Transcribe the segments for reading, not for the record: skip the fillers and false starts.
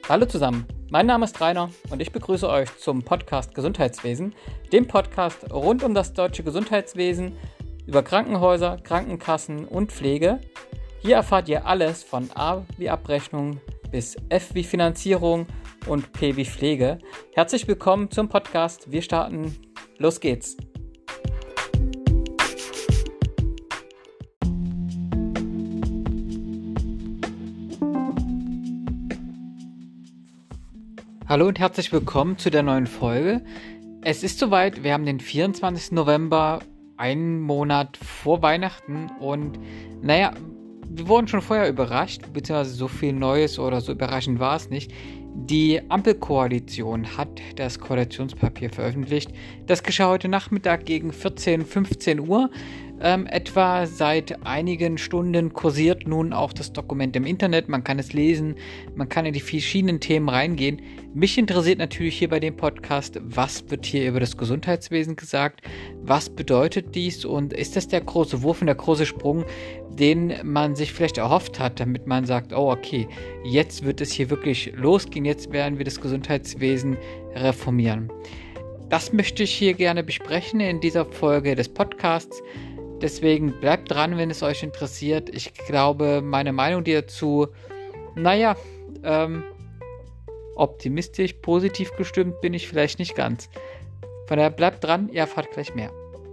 Hallo zusammen, mein Name ist Rainer und ich begrüße euch zum Podcast Gesundheitswesen, dem Podcast rund um das deutsche Gesundheitswesen, über Krankenhäuser, Krankenkassen und Pflege. Hier erfahrt ihr alles von A wie Abrechnung bis F wie Finanzierung und P wie Pflege. Herzlich willkommen zum Podcast, wir starten, los geht's! Hallo und herzlich willkommen zu der neuen Folge. Es ist soweit, wir haben den 24. November, einen Monat vor Weihnachten und wir wurden schon vorher überrascht, beziehungsweise so viel Neues oder so überraschend war es nicht. Die Ampelkoalition hat das Koalitionspapier veröffentlicht. Das geschah heute Nachmittag gegen 15 Uhr. Etwa seit einigen Stunden kursiert nun auch das Dokument im Internet. Man kann es lesen, man kann in die verschiedenen Themen reingehen. Mich interessiert natürlich hier bei dem Podcast, was wird hier über das Gesundheitswesen gesagt? Was bedeutet dies? Und ist das der große Wurf und der große Sprung, den man sich vielleicht erhofft hat, damit man sagt, oh okay, jetzt wird es hier wirklich losgehen, jetzt werden wir das Gesundheitswesen reformieren. Das möchte ich hier gerne besprechen in dieser Folge des Podcasts. Deswegen bleibt dran, wenn es euch interessiert. Ich glaube, meine Meinung dazu, optimistisch, positiv gestimmt bin ich vielleicht nicht ganz. Von daher bleibt dran, ihr erfahrt gleich mehr.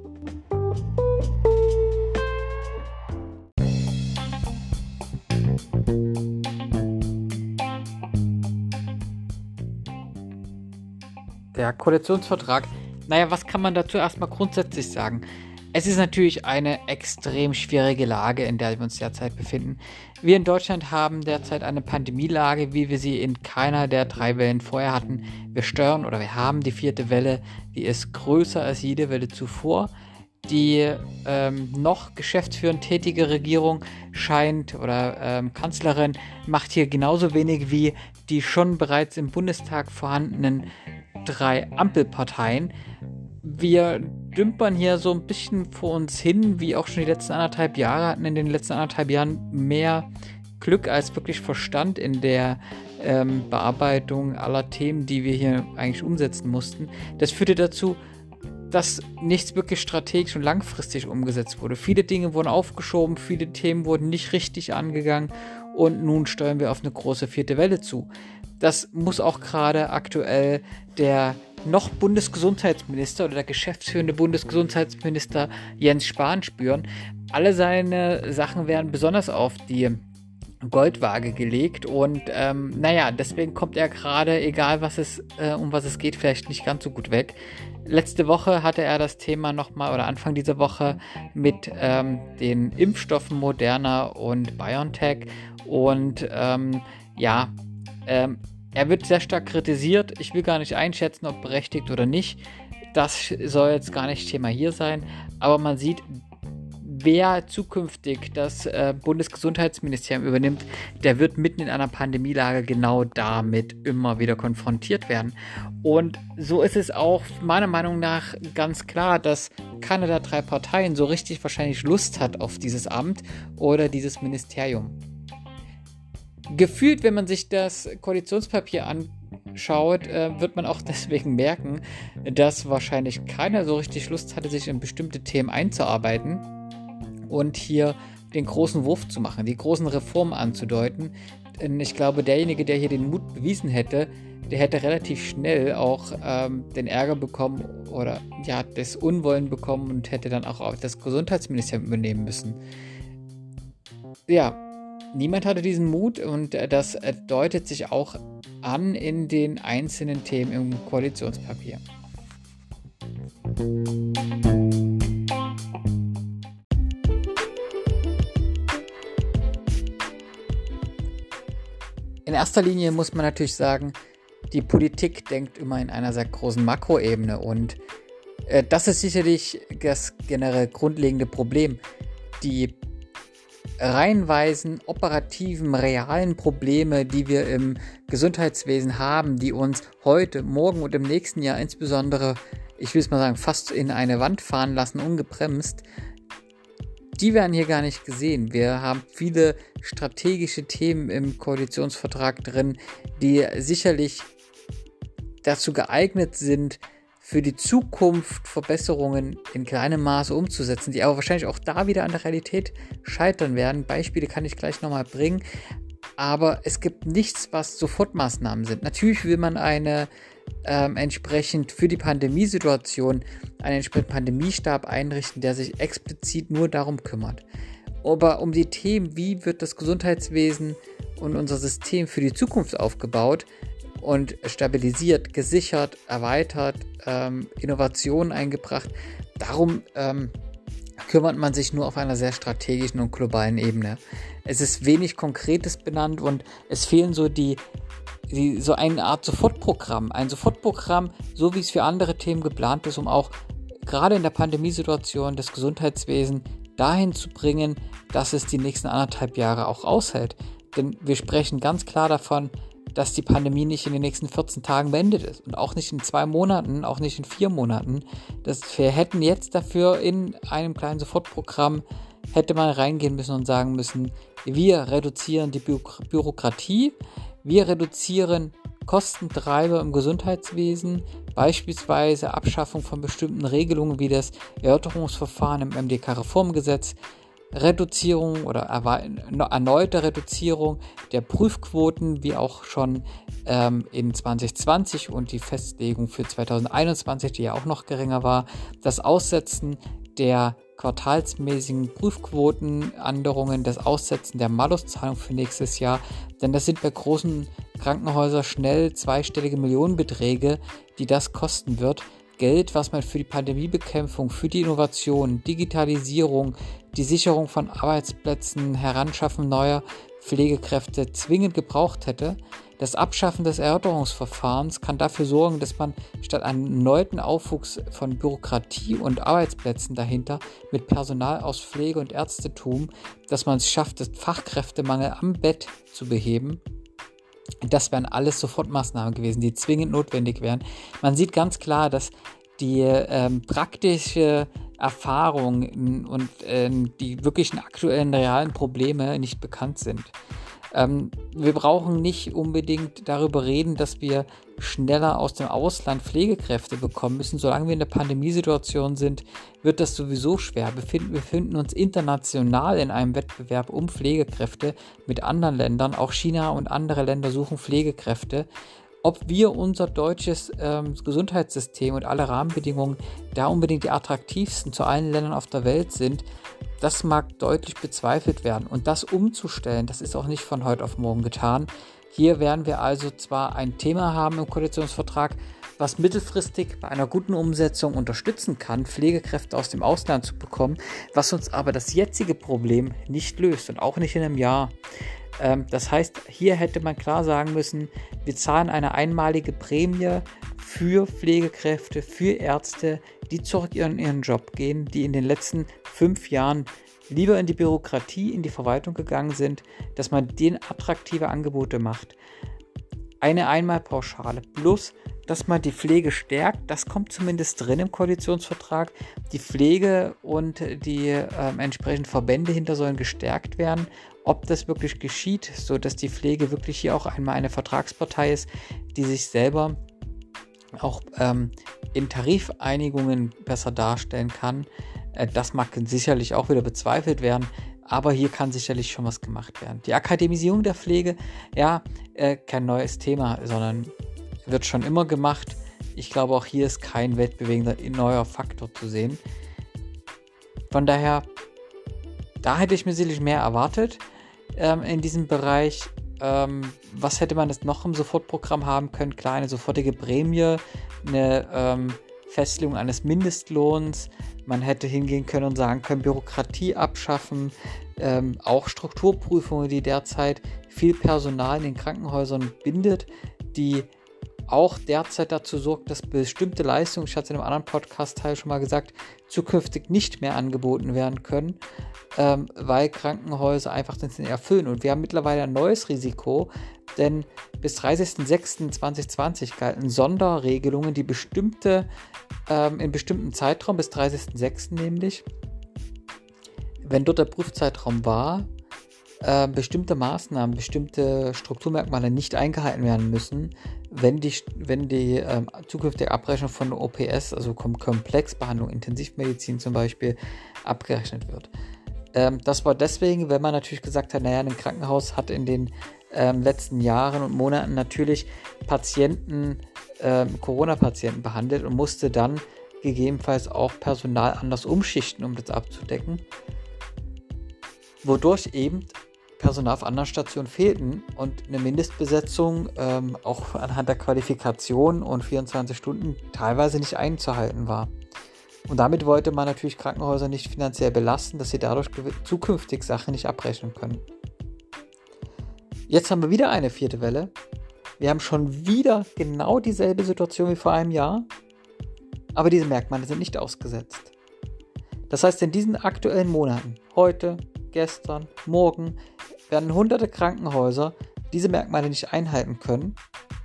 Der Koalitionsvertrag, was kann man dazu erstmal grundsätzlich sagen? Es ist natürlich eine extrem schwierige Lage, in der wir uns derzeit befinden. Wir in Deutschland haben derzeit eine Pandemielage, wie wir sie in keiner der 3 Wellen vorher hatten. Wir haben die 4. Welle, die ist größer als jede Welle zuvor. Die noch geschäftsführend tätige Regierung Kanzlerin macht hier genauso wenig wie die schon bereits im Bundestag vorhandenen 3 Ampelparteien. Wir dümpern hier so ein bisschen vor uns hin, wie auch schon die letzten 1,5 Jahre, hatten in den letzten 1,5 Jahren mehr Glück als wirklich Verstand in der Bearbeitung aller Themen, die wir hier eigentlich umsetzen mussten. Das führte dazu, dass nichts wirklich strategisch und langfristig umgesetzt wurde. Viele Dinge wurden aufgeschoben, viele Themen wurden nicht richtig angegangen und nun steuern wir auf eine große 4. Welle zu. Das muss auch gerade aktuell der noch Bundesgesundheitsminister oder der geschäftsführende Bundesgesundheitsminister Jens Spahn spüren. Alle seine Sachen werden besonders auf die Goldwaage gelegt und deswegen kommt er gerade, egal um was es geht, vielleicht nicht ganz so gut weg. Letzte Woche hatte er das Thema Anfang dieser Woche mit den Impfstoffen Moderna und BioNTech und er wird sehr stark kritisiert. Ich will gar nicht einschätzen, ob berechtigt oder nicht. Das soll jetzt gar nicht Thema hier sein. Aber man sieht, wer zukünftig das Bundesgesundheitsministerium übernimmt, der wird mitten in einer Pandemielage genau damit immer wieder konfrontiert werden. Und so ist es auch meiner Meinung nach ganz klar, dass keine der 3 Parteien so richtig wahrscheinlich Lust hat auf dieses Amt oder dieses Ministerium. Gefühlt, wenn man sich das Koalitionspapier anschaut, wird man auch deswegen merken, dass wahrscheinlich keiner so richtig Lust hatte, sich in bestimmte Themen einzuarbeiten und hier den großen Wurf zu machen, die großen Reformen anzudeuten. Denn ich glaube, derjenige, der hier den Mut bewiesen hätte, der hätte relativ schnell auch den Ärger bekommen oder das Unwollen bekommen und hätte dann auch das Gesundheitsministerium übernehmen müssen. Ja, niemand hatte diesen Mut und das deutet sich auch an in den einzelnen Themen im Koalitionspapier. In erster Linie muss man natürlich sagen, die Politik denkt immer in einer sehr großen Makroebene und das ist sicherlich das generell grundlegende Problem. Die reihenweisen, operativen, realen Probleme, die wir im Gesundheitswesen haben, die uns heute, morgen und im nächsten Jahr insbesondere, ich will es mal sagen, fast in eine Wand fahren lassen, ungebremst, die werden hier gar nicht gesehen. Wir haben viele strategische Themen im Koalitionsvertrag drin, die sicherlich dazu geeignet sind, für die Zukunft Verbesserungen in kleinem Maße umzusetzen, die aber wahrscheinlich auch da wieder an der Realität scheitern werden. Beispiele kann ich gleich nochmal bringen, aber es gibt nichts, was Sofortmaßnahmen sind. Natürlich will man entsprechend für die Pandemiesituation einen entsprechenden Pandemiestab einrichten, der sich explizit nur darum kümmert. Aber um die Themen, wie wird das Gesundheitswesen und unser System für die Zukunft aufgebaut und stabilisiert, gesichert, erweitert, Innovationen eingebracht, darum kümmert man sich nur auf einer sehr strategischen und globalen Ebene. Es ist wenig Konkretes benannt und es fehlen so so eine Art Sofortprogramm. Ein Sofortprogramm, so wie es für andere Themen geplant ist, um auch gerade in der Pandemiesituation das Gesundheitswesen dahin zu bringen, dass es die nächsten 1,5 Jahre auch aushält. Denn wir sprechen ganz klar davon, dass die Pandemie nicht in den nächsten 14 Tagen beendet ist und auch nicht in 2 Monaten, auch nicht in 4 Monaten. Wir hätten jetzt dafür in einem kleinen Sofortprogramm hätte man reingehen müssen und sagen müssen, wir reduzieren die Bürokratie, wir reduzieren Kostentreiber im Gesundheitswesen, beispielsweise Abschaffung von bestimmten Regelungen wie das Erörterungsverfahren im MDK-Reformgesetz, Reduzierung oder erneute Reduzierung der Prüfquoten, wie auch schon in 2020 und die Festlegung für 2021, die ja auch noch geringer war, das Aussetzen der quartalsmäßigen Prüfquotenänderungen, das Aussetzen der Maluszahlung für nächstes Jahr, denn das sind bei großen Krankenhäusern schnell zweistellige Millionenbeträge, die das kosten wird. Geld, was man für die Pandemiebekämpfung, für die Innovation, Digitalisierung, die Sicherung von Arbeitsplätzen, Heranschaffen neuer Pflegekräfte zwingend gebraucht hätte. Das Abschaffen des Erörterungsverfahrens kann dafür sorgen, dass man statt einem erneuten Aufwuchs von Bürokratie und Arbeitsplätzen dahinter mit Personal aus Pflege- und Ärztetum, dass man es schafft, den Fachkräftemangel am Bett zu beheben. Das wären alles Sofortmaßnahmen gewesen, die zwingend notwendig wären. Man sieht ganz klar, dass die praktische Erfahrung und die wirklichen aktuellen realen Probleme nicht bekannt sind. Wir brauchen nicht unbedingt darüber reden, dass wir schneller aus dem Ausland Pflegekräfte bekommen müssen. Solange wir in der Pandemiesituation sind, wird das sowieso schwer. Wir befinden uns international in einem Wettbewerb um Pflegekräfte mit anderen Ländern. Auch China und andere Länder suchen Pflegekräfte. Ob wir unser deutsches Gesundheitssystem und alle Rahmenbedingungen da unbedingt die attraktivsten zu allen Ländern auf der Welt sind, das mag deutlich bezweifelt werden. Und das umzustellen, das ist auch nicht von heute auf morgen getan. Hier werden wir also zwar ein Thema haben im Koalitionsvertrag, was mittelfristig bei einer guten Umsetzung unterstützen kann, Pflegekräfte aus dem Ausland zu bekommen, was uns aber das jetzige Problem nicht löst und auch nicht in einem Jahr. Das heißt, hier hätte man klar sagen müssen, wir zahlen eine einmalige Prämie für Pflegekräfte, für Ärzte, die zurück in ihren Job gehen, die in den letzten 5 Jahren lieber in die Bürokratie, in die Verwaltung gegangen sind, dass man denen attraktive Angebote macht. Eine Einmalpauschale plus, dass man die Pflege stärkt, das kommt zumindest drin im Koalitionsvertrag. Die Pflege und die entsprechenden Verbände hinter sollen gestärkt werden. Ob das wirklich geschieht, sodass die Pflege wirklich hier auch einmal eine Vertragspartei ist, die sich selber auch in Tarifeinigungen besser darstellen kann, das mag sicherlich auch wieder bezweifelt werden, aber hier kann sicherlich schon was gemacht werden. Die Akademisierung der Pflege, ja, kein neues Thema, sondern wird schon immer gemacht. Ich glaube, auch hier ist kein weltbewegender neuer Faktor zu sehen. Von daher, da hätte ich mir sicherlich mehr erwartet in diesem Bereich. Was hätte man jetzt noch im Sofortprogramm haben können? Klar, eine sofortige Prämie, eine Festlegung eines Mindestlohns. Man hätte hingehen können und sagen können, Bürokratie abschaffen, auch Strukturprüfungen, die derzeit viel Personal in den Krankenhäusern bindet, die auch derzeit dazu sorgt, dass bestimmte Leistungen, ich hatte es in einem anderen Podcast-Teil schon mal gesagt, zukünftig nicht mehr angeboten werden können, weil Krankenhäuser einfach das nicht erfüllen. Und wir haben mittlerweile ein neues Risiko, denn bis 30.06.2020 galten Sonderregelungen, die in bestimmten Zeitraum, bis 30.06. nämlich, wenn dort der Prüfzeitraum war, bestimmte Maßnahmen, bestimmte Strukturmerkmale nicht eingehalten werden müssen, wenn die zukünftige Abrechnung von OPS, also Komplexbehandlung, Intensivmedizin zum Beispiel, abgerechnet wird. Das war deswegen, weil man natürlich gesagt hat, naja, ein Krankenhaus hat in den letzten Jahren und Monaten natürlich Corona-Patienten behandelt und musste dann gegebenenfalls auch Personal anders umschichten, um das abzudecken, wodurch eben Personal auf anderen Stationen fehlten und eine Mindestbesetzung auch anhand der Qualifikation und 24 Stunden teilweise nicht einzuhalten war. Und damit wollte man natürlich Krankenhäuser nicht finanziell belasten, dass sie dadurch zukünftig Sachen nicht abrechnen können. Jetzt haben wir wieder eine 4. Welle. Wir haben schon wieder genau dieselbe Situation wie vor einem Jahr, aber diese Merkmale sind nicht ausgesetzt. Das heißt, in diesen aktuellen Monaten, heute, gestern, morgen, werden hunderte Krankenhäuser diese Merkmale nicht einhalten können.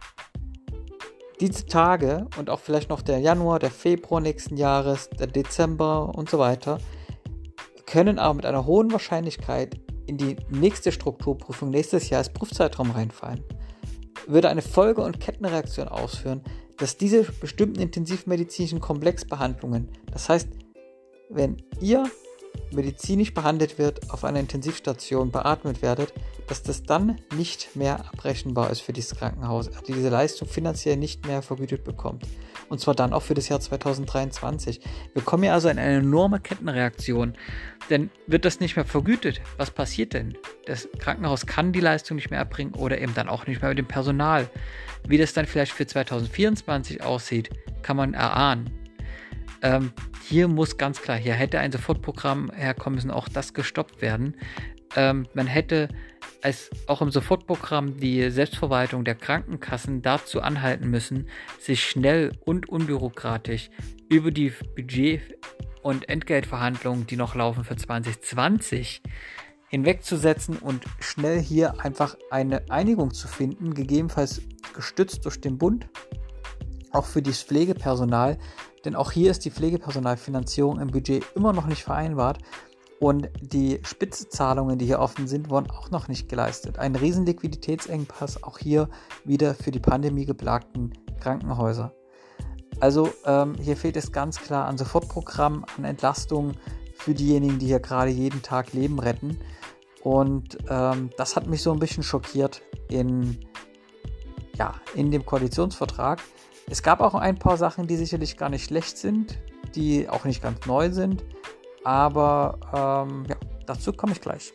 Diese Tage und auch vielleicht noch der Januar, der Februar nächsten Jahres, der Dezember und so weiter, können aber mit einer hohen Wahrscheinlichkeit in die nächste Strukturprüfung nächstes Jahr als Prüfzeitraum reinfallen. Würde eine Folge- und Kettenreaktion ausführen, dass diese bestimmten intensivmedizinischen Komplexbehandlungen, das heißt, wenn ihr medizinisch behandelt wird, auf einer Intensivstation beatmet werdet, dass das dann nicht mehr abrechenbar ist für dieses Krankenhaus, also diese Leistung finanziell nicht mehr vergütet bekommt. Und zwar dann auch für das Jahr 2023. Wir kommen ja also in eine enorme Kettenreaktion, denn wird das nicht mehr vergütet, was passiert denn? Das Krankenhaus kann die Leistung nicht mehr erbringen oder eben dann auch nicht mehr mit dem Personal. Wie das dann vielleicht für 2024 aussieht, kann man erahnen. Hier muss ganz klar, hier hätte ein Sofortprogramm herkommen müssen, auch das gestoppt werden. Man hätte auch im Sofortprogramm die Selbstverwaltung der Krankenkassen dazu anhalten müssen, sich schnell und unbürokratisch über die Budget- und Entgeltverhandlungen, die noch laufen für 2020, hinwegzusetzen und schnell hier einfach eine Einigung zu finden, gegebenenfalls gestützt durch den Bund, auch für das Pflegepersonal, denn auch hier ist die Pflegepersonalfinanzierung im Budget immer noch nicht vereinbart und die Spitzenzahlungen, die hier offen sind, wurden auch noch nicht geleistet. Ein riesen Liquiditätsengpass auch hier wieder für die Pandemie geplagten Krankenhäuser. Also hier fehlt es ganz klar an Sofortprogrammen, an Entlastungen für diejenigen, die hier gerade jeden Tag Leben retten. Und das hat mich so ein bisschen schockiert in dem Koalitionsvertrag. Es gab auch ein paar Sachen, die sicherlich gar nicht schlecht sind, die auch nicht ganz neu sind, aber dazu komme ich gleich.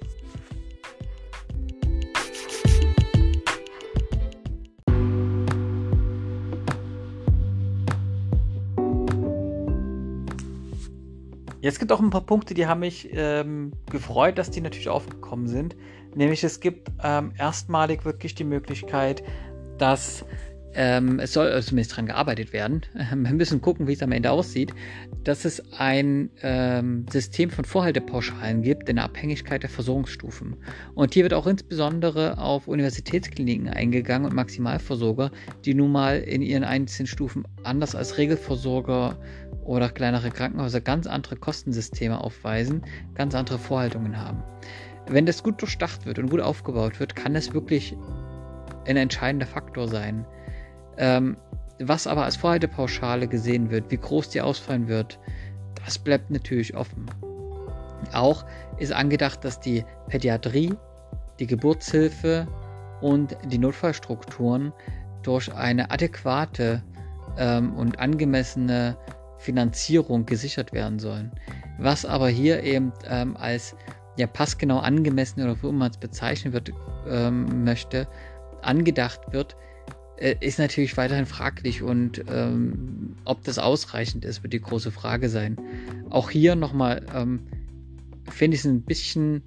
Jetzt gibt es auch ein paar Punkte, die haben mich gefreut, dass die natürlich aufgekommen sind. Nämlich es gibt erstmalig wirklich die Möglichkeit, dass es soll zumindest daran gearbeitet werden. Wir müssen gucken, wie es am Ende aussieht, dass es ein System von Vorhaltepauschalen gibt in der Abhängigkeit der Versorgungsstufen. Und hier wird auch insbesondere auf Universitätskliniken eingegangen und Maximalversorger, die nun mal in ihren einzelnen Stufen anders als Regelversorger oder kleinere Krankenhäuser ganz andere Kostensysteme aufweisen, ganz andere Vorhaltungen haben. Wenn das gut durchdacht wird und gut aufgebaut wird, kann es wirklich ein entscheidender Faktor sein. Was aber als Vorhaltepauschale gesehen wird, wie groß die ausfallen wird, das bleibt natürlich offen. Auch ist angedacht, dass die Pädiatrie, die Geburtshilfe und die Notfallstrukturen durch eine adäquate und angemessene Finanzierung gesichert werden sollen. Was aber hier eben als passgenau angemessen oder wie man es bezeichnen wird, möchte, angedacht wird, ist natürlich weiterhin fraglich und ob das ausreichend ist, wird die große Frage sein. Auch hier nochmal finde ich es ein bisschen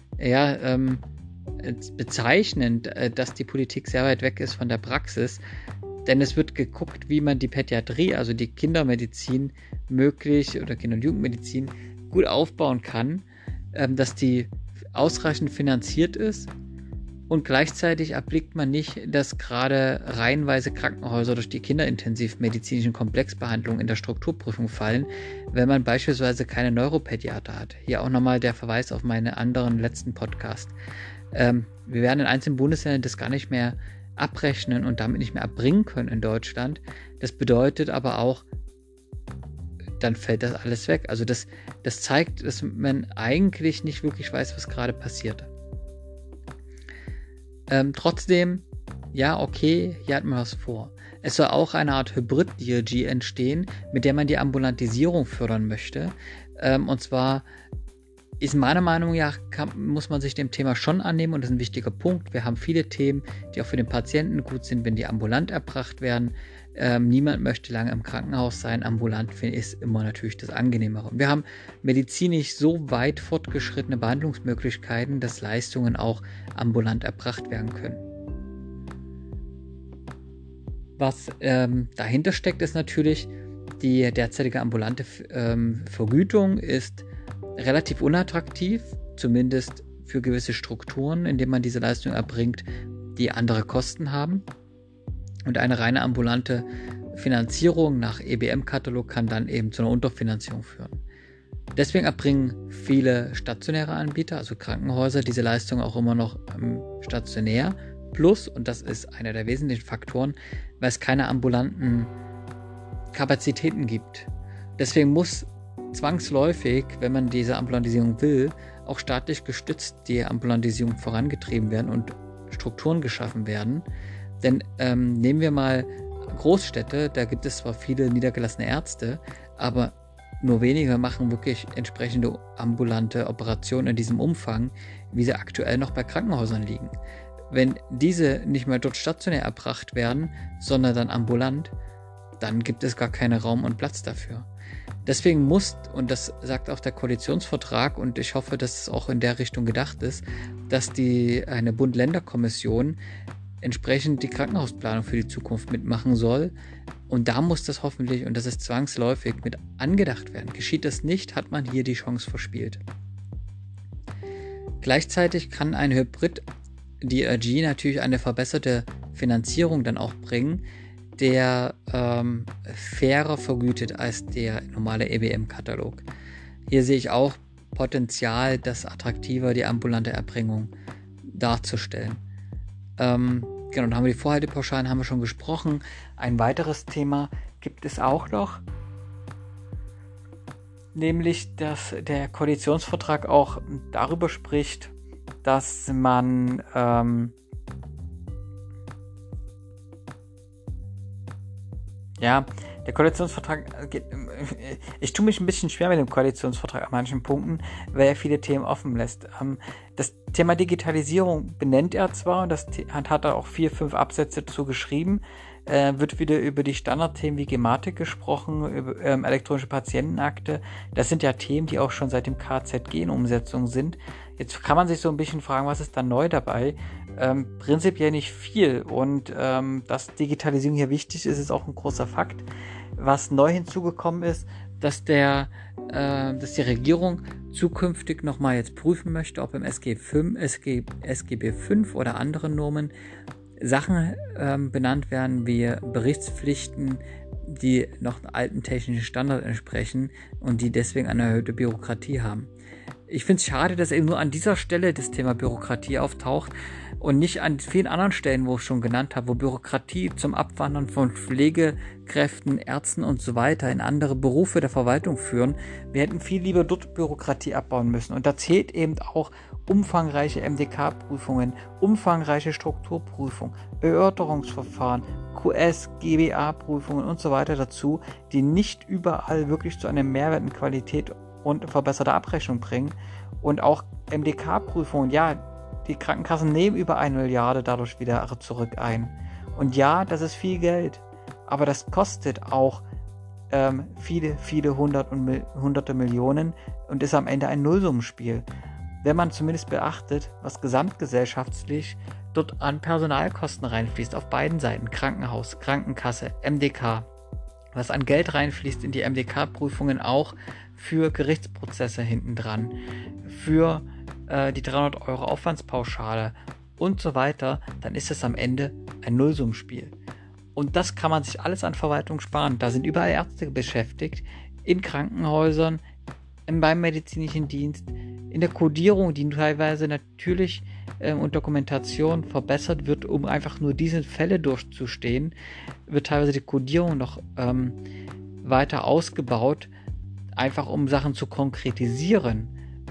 bezeichnend, dass die Politik sehr weit weg ist von der Praxis, denn es wird geguckt, wie man die Pädiatrie, also die Kindermedizin möglich oder Kinder- und Jugendmedizin gut aufbauen kann, dass die ausreichend finanziert ist Und gleichzeitig erblickt man nicht, dass gerade reihenweise Krankenhäuser durch die kinderintensivmedizinischen Komplexbehandlungen in der Strukturprüfung fallen, wenn man beispielsweise keine Neuropädiater hat. Hier auch nochmal der Verweis auf meinen anderen letzten Podcast. Wir werden in einzelnen Bundesländern das gar nicht mehr abrechnen und damit nicht mehr erbringen können in Deutschland. Das bedeutet aber auch, dann fällt das alles weg. Also das zeigt, dass man eigentlich nicht wirklich weiß, was gerade passiert. Trotzdem, ja, okay, hier hat man was vor. Es soll auch eine Art Hybrid-DRG entstehen, mit der man die Ambulantisierung fördern möchte. Und zwar ist meiner Meinung nach, muss man sich dem Thema schon annehmen und das ist ein wichtiger Punkt. Wir haben viele Themen, die auch für den Patienten gut sind, wenn die ambulant erbracht werden. Niemand möchte lange im Krankenhaus sein. Ambulant ist immer natürlich das Angenehmere. Und wir haben medizinisch so weit fortgeschrittene Behandlungsmöglichkeiten, dass Leistungen auch ambulant erbracht werden können. Was dahinter steckt, ist natürlich, die derzeitige ambulante Vergütung ist relativ unattraktiv, zumindest für gewisse Strukturen, indem man diese Leistung erbringt, die andere Kosten haben. Und eine reine ambulante Finanzierung nach EBM-Katalog kann dann eben zu einer Unterfinanzierung führen. Deswegen erbringen viele stationäre Anbieter, also Krankenhäuser, diese Leistung auch immer noch stationär. Plus, und das ist einer der wesentlichen Faktoren, weil es keine ambulanten Kapazitäten gibt. Deswegen muss zwangsläufig, wenn man diese Ambulantisierung will, auch staatlich gestützt die Ambulantisierung vorangetrieben werden und Strukturen geschaffen werden. Denn nehmen wir mal Großstädte, da gibt es zwar viele niedergelassene Ärzte, aber nur wenige machen wirklich entsprechende ambulante Operationen in diesem Umfang, wie sie aktuell noch bei Krankenhäusern liegen. Wenn diese nicht mehr dort stationär erbracht werden, sondern dann ambulant, dann gibt es gar keinen Raum und Platz dafür. Deswegen muss, und das sagt auch der Koalitionsvertrag, und ich hoffe, dass es auch in der Richtung gedacht ist, dass eine Bund-Länder-Kommission entsprechend die Krankenhausplanung für die Zukunft mitmachen soll. Und da muss das hoffentlich, und das ist zwangsläufig, mit angedacht werden. Geschieht das nicht, hat man hier die Chance verspielt. Gleichzeitig kann ein Hybrid-DRG natürlich eine verbesserte Finanzierung dann auch bringen, der fairer vergütet als der normale EBM-Katalog. Hier sehe ich auch Potenzial, das attraktiver die ambulante Erbringung darzustellen. Genau, dann haben wir die Vorhaltepauschalen, haben wir schon gesprochen. Ein weiteres Thema gibt es auch noch, nämlich, dass der Koalitionsvertrag auch darüber spricht, dass man der Koalitionsvertrag geht, ich tue mich ein bisschen schwer mit dem Koalitionsvertrag an manchen Punkten, weil er viele Themen offen lässt. Das Thema Digitalisierung benennt er zwar, und das hat er auch 4-5 Absätze dazu geschrieben, wird wieder über die Standardthemen wie Gematik gesprochen, über elektronische Patientenakte. Das sind ja Themen, die auch schon seit dem KZG in Umsetzung sind. Jetzt kann man sich so ein bisschen fragen, was ist da neu dabei? Prinzipiell nicht viel, und dass Digitalisierung hier wichtig ist, ist auch ein großer Fakt. Was neu hinzugekommen ist, dass die Regierung zukünftig nochmal jetzt prüfen möchte, ob im SGB V oder anderen Normen Sachen benannt werden wie Berichtspflichten, die noch alten technischen Standard entsprechen und die deswegen eine erhöhte Bürokratie haben. Ich finde es schade, dass eben nur an dieser Stelle das Thema Bürokratie auftaucht und nicht an vielen anderen Stellen, wo ich schon genannt habe, wo Bürokratie zum Abwandern von Pflegekräften, Ärzten und so weiter in andere Berufe der Verwaltung führen. Wir hätten viel lieber dort Bürokratie abbauen müssen. Und da zählt eben auch umfangreiche MDK-Prüfungen, umfangreiche Strukturprüfungen, Erörterungsverfahren, QS, GBA-Prüfungen und so weiter dazu, die nicht überall wirklich zu einem Mehrwert in Qualität und verbesserte Abrechnung bringen. Und auch MDK-Prüfungen, ja, die Krankenkassen nehmen über 1 Milliarde dadurch wieder zurück ein. Und ja, das ist viel Geld, aber das kostet auch viele hunderte Millionen und ist am Ende ein Nullsummenspiel. Wenn man zumindest beachtet, was gesamtgesellschaftlich dort an Personalkosten reinfließt, auf beiden Seiten, Krankenhaus, Krankenkasse, MDK, was an Geld reinfließt in die MDK-Prüfungen auch für Gerichtsprozesse hintendran, für die 300 € Aufwandspauschale und so weiter, dann ist es am Ende ein Nullsummenspiel. Und das kann man sich alles an Verwaltung sparen. Da sind überall Ärzte beschäftigt, in Krankenhäusern, beim medizinischen Dienst, in der Codierung, die teilweise natürlich und Dokumentation verbessert wird, um einfach nur diese Fälle durchzustehen, wird teilweise die Codierung noch weiter ausgebaut, einfach um Sachen zu konkretisieren.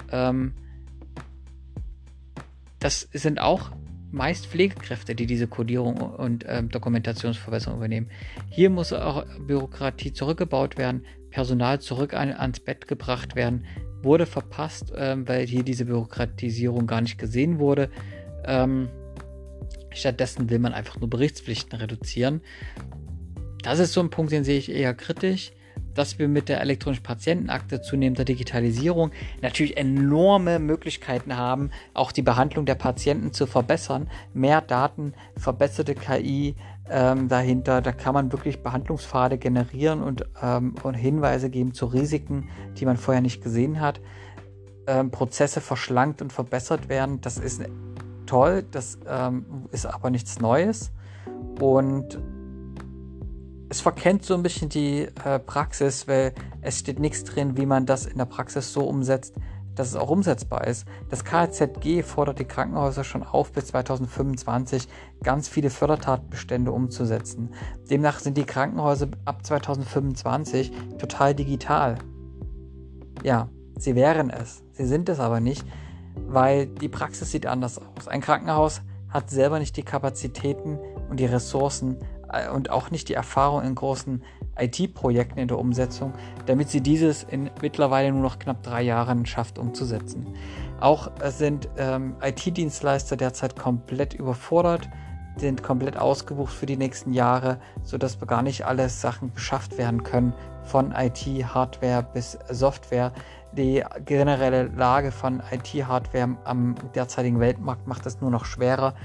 Das sind auch meist Pflegekräfte, die diese Codierung und Dokumentationsverbesserung übernehmen. Hier muss auch Bürokratie zurückgebaut werden, Personal zurück ans Bett gebracht werden, wurde verpasst, weil hier diese Bürokratisierung gar nicht gesehen wurde. Stattdessen will man einfach nur Berichtspflichten reduzieren. Das ist so ein Punkt, den sehe ich eher kritisch, dass wir mit der elektronischen Patientenakte, zunehmender Digitalisierung natürlich enorme Möglichkeiten haben, auch die Behandlung der Patienten zu verbessern. Mehr Daten, verbesserte KI dahinter, da kann man wirklich Behandlungspfade generieren und Hinweise geben zu Risiken, die man vorher nicht gesehen hat. Prozesse verschlankt und verbessert werden, das ist toll, das ist aber nichts Neues und es verkennt so ein bisschen die Praxis, weil es steht nichts drin, wie man das in der Praxis so umsetzt, dass es auch umsetzbar ist. Das KZG fordert die Krankenhäuser schon auf, bis 2025 ganz viele Fördertatbestände umzusetzen. Demnach sind die Krankenhäuser ab 2025 total digital. Ja, sie wären es. Sie sind es aber nicht, weil die Praxis sieht anders aus. Ein Krankenhaus hat selber nicht die Kapazitäten und die Ressourcen und auch nicht die Erfahrung in großen IT-Projekten in der Umsetzung, damit sie dieses in mittlerweile nur noch knapp 3 Jahren schafft umzusetzen. Auch sind IT-Dienstleister derzeit komplett überfordert, sind komplett ausgebucht für die nächsten Jahre, sodass gar nicht alle Sachen beschafft werden können, von IT-Hardware bis Software. Die generelle Lage von IT-Hardware am derzeitigen Weltmarkt macht es nur noch schwerer.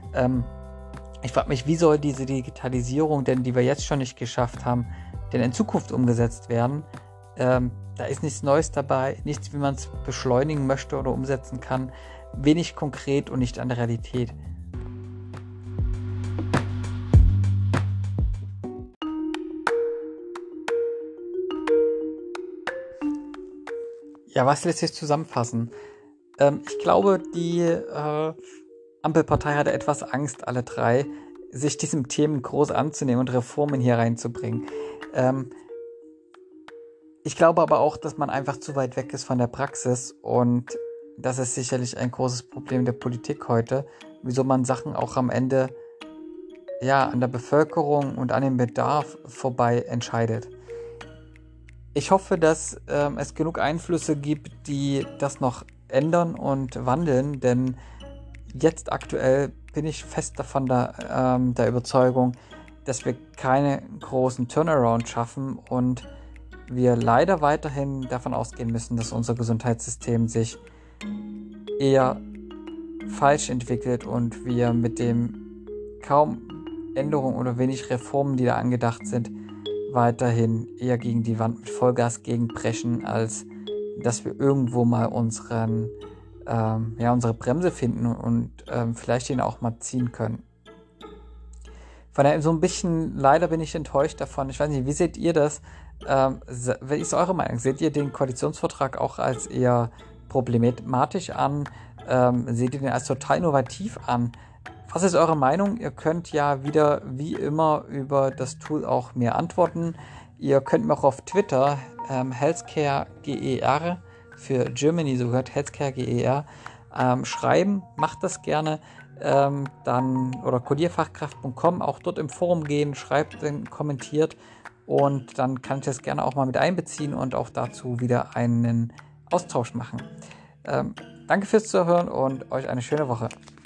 Ich frage mich, wie soll diese Digitalisierung, denn die wir jetzt schon nicht geschafft haben, denn in Zukunft umgesetzt werden? Da ist nichts Neues dabei, nichts, wie man es beschleunigen möchte oder umsetzen kann, wenig konkret und nicht an der Realität. Ja, was lässt sich zusammenfassen? Ich glaube, die Ampelpartei hatte etwas Angst, alle drei, sich diesem Themen groß anzunehmen und Reformen hier reinzubringen. Ich glaube aber auch, dass man einfach zu weit weg ist von der Praxis und das ist sicherlich ein großes Problem der Politik heute, wieso man Sachen auch am Ende an der Bevölkerung und an dem Bedarf vorbei entscheidet. Ich hoffe, dass es genug Einflüsse gibt, die das noch ändern und wandeln, denn jetzt aktuell bin ich fest davon der Überzeugung, dass wir keinen großen Turnaround schaffen und wir leider weiterhin davon ausgehen müssen, dass unser Gesundheitssystem sich eher falsch entwickelt und wir mit dem kaum Änderungen oder wenig Reformen, die da angedacht sind, weiterhin eher gegen die Wand mit Vollgas gegenpreschen, als dass wir irgendwo mal unsere Bremse finden und vielleicht ihn auch mal ziehen können. Von daher so ein bisschen, leider bin ich enttäuscht davon. Ich weiß nicht, wie seht ihr das? Wie ist eure Meinung? Seht ihr den Koalitionsvertrag auch als eher problematisch an? Seht ihr den als total innovativ an? Was ist eure Meinung? Ihr könnt ja wieder, wie immer, über das Tool auch mir antworten. Ihr könnt mir auch auf Twitter healthcareger für Germany, so gehört healthcareger, schreiben. Macht das gerne. Oder codierfachkraft.com, auch dort im Forum gehen, schreibt, kommentiert und dann kann ich das gerne auch mal mit einbeziehen und auch dazu wieder einen Austausch machen. Danke fürs Zuhören und euch eine schöne Woche.